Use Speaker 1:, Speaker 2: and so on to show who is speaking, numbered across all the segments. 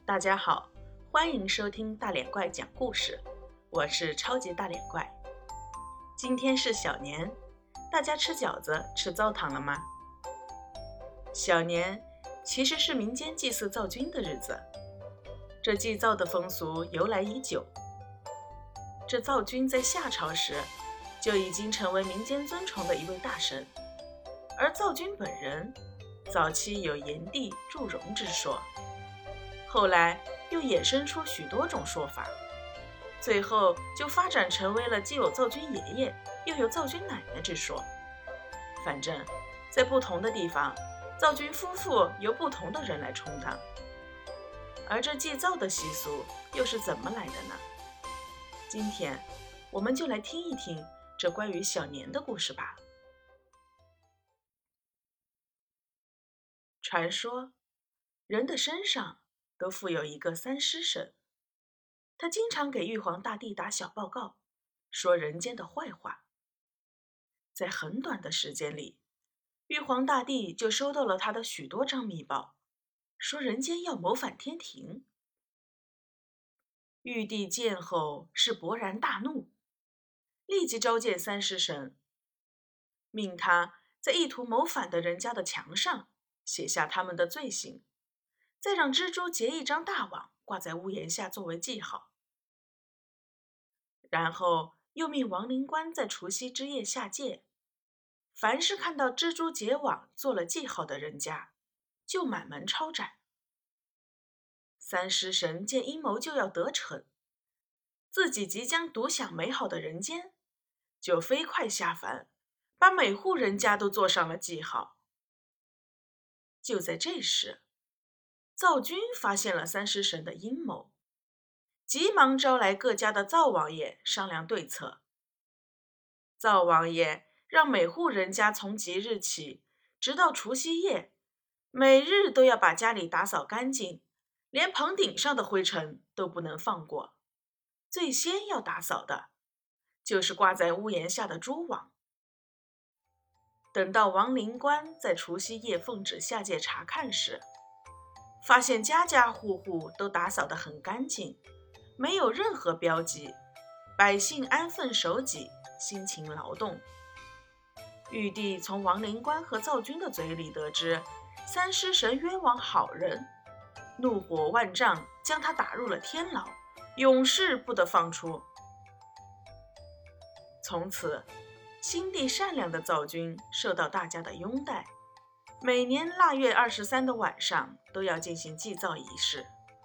Speaker 1: 大家好，欢迎收听大脸怪讲故事，我是超级大脸怪。今天是小年，大家吃饺子吃灶糖了吗？小年其实是民间祭祀灶君的日子，这祭灶的风俗由来已久。这灶君在夏朝时就已经成为民间尊崇的一位大神，而灶君本人早期有炎帝祝融之说，后来又衍生出许多种说法，最后就发展成为了既有灶君爷爷又有灶君奶奶之说。反正在不同的地方，灶君夫妇由不同的人来充当。而这祭灶的习俗又是怎么来的呢？今天我们就来听一听这关于小年的故事吧。传说人的身上都附有一个三尸神，他经常给玉皇大帝打小报告，说人间的坏话。在很短的时间里，玉皇大帝就收到了他的许多张密报，说人间要谋反天庭。玉帝见后是勃然大怒，立即召见三尸神，命他在意图谋反的人家的墙上写下他们的罪行，再让蜘蛛结一张大网挂在屋檐下作为记号。然后又命王灵官在除夕之夜下界，凡是看到蜘蛛结网做了记号的人家，就满门抄斩。三尸神见阴谋就要得逞，自己即将独享美好的人间，就飞快下凡，把每户人家都做上了记号。就在这时，灶君发现了三尸神的阴谋，急忙招来各家的灶王爷商量对策。灶王爷让每户人家从即日起直到除夕夜，每日都要把家里打扫干净，连棚顶上的灰尘都不能放过。最先要打扫的就是挂在屋檐下的蛛网。等到王灵官在除夕夜奉旨下界查看时，发现家家户户都打扫得很干净，没有任何标记，百姓安分守己，辛勤劳动。玉帝从王灵官和灶君的嘴里得知三尸神冤枉好人，怒火万丈，将他打入了天牢，永世不得放出。从此心地善良的灶君受到大家的拥戴，每年腊月23的晚上都要进行祭灶仪式。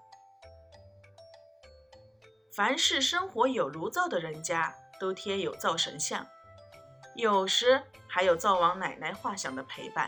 Speaker 1: 凡是生活有炉灶的人家都贴有灶神像，有时还有灶王奶奶画像的陪伴。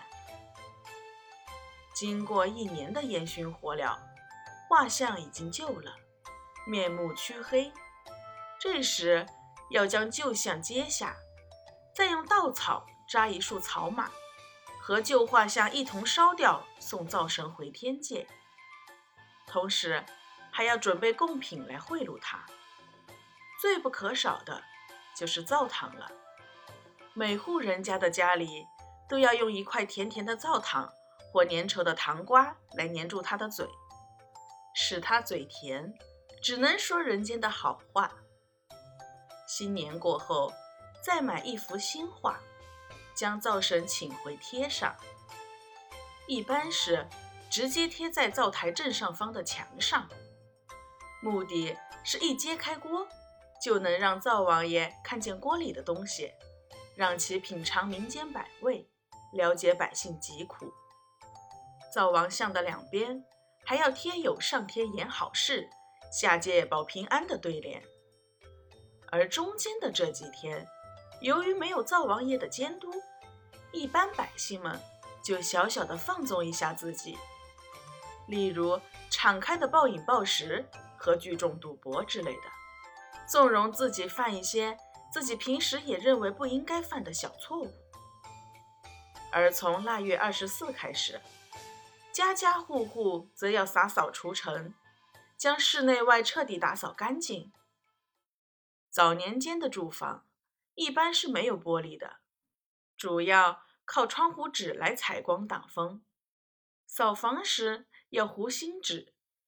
Speaker 1: 经过1年的烟熏火燎，画像已经旧了，面目黢黑。这时要将旧像揭下，再用稻草扎一束草马，和旧画像一同烧掉，送灶神回天界。同时还要准备贡品来贿赂他。最不可少的就是灶糖了，每户人家的家里都要用一块甜甜的灶糖或粘稠的糖瓜来粘住他的嘴，使他嘴甜，只能说人间的好话。新年过后，再买一幅新画，将灶神请回贴上。一般是直接贴在灶台正上方的墙上，目的是一揭开锅，就能让灶王爷看见锅里的东西，让其品尝民间百味，了解百姓疾苦。灶王像的两边还要贴有上天言好事，下界保平安的对联。而中间的这几天，由于没有灶王爷的监督，一般百姓们就小小的放纵一下自己，例如敞开的暴饮暴食和聚众赌博之类的，纵容自己犯一些自己平时也认为不应该犯的小错误。而从腊月24开始，家家户户则要洒扫除尘，将室内外彻底打扫干净。早年间的住房一般是没有玻璃的，主要靠窗户纸来采光挡风。扫房时要糊新纸，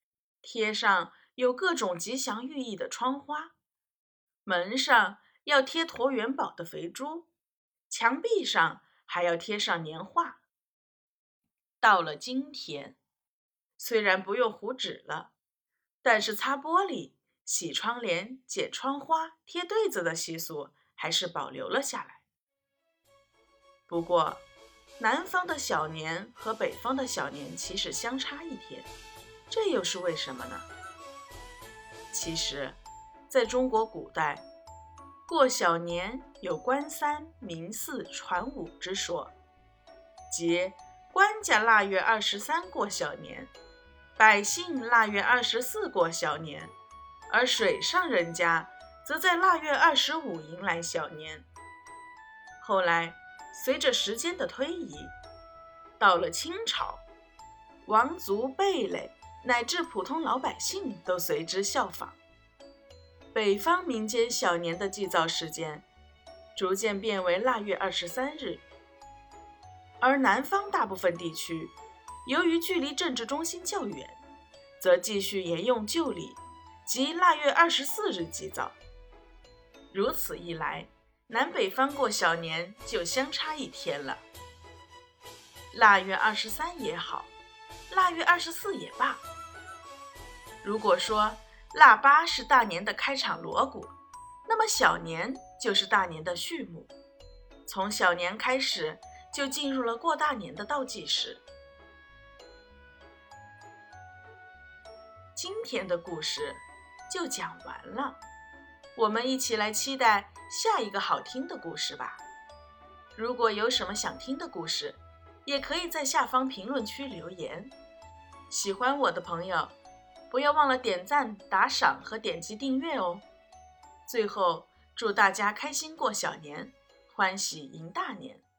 Speaker 1: 贴上有各种吉祥寓意的窗花，门上要贴椭元宝的肥猪，墙壁上还要贴上年画。到了今天，虽然不用糊纸了，但是擦玻璃、洗窗帘、剪窗花、贴对子的习俗还是保留了下来。不过，南方的小年和北方的小年其实相差一天，这又是为什么呢？其实，在中国古代，过小年有官三、民四、传五之说，即官家腊月23过小年，百姓腊月24过小年，而水上人家则在腊月25迎来小年。后来，随着时间的推移，到了清朝，王族辈类乃至普通老百姓都随之效仿。北方民间小年的祭灶时间逐渐变为腊月23日，而南方大部分地区由于距离政治中心较远，则继续沿用旧礼，即腊月24日祭灶。如此一来，南北方过小年就相差一天了。腊月23也好，腊月24也罢，如果说腊八是大年的开场锣鼓，那么小年就是大年的序幕。从小年开始，就进入了过大年的倒计时。今天的故事就讲完了，我们一起来期待下一个好听的故事吧。如果有什么想听的故事，也可以在下方评论区留言。喜欢我的朋友，不要忘了点赞、打赏和点击订阅哦。最后，祝大家开心过小年，欢喜迎大年。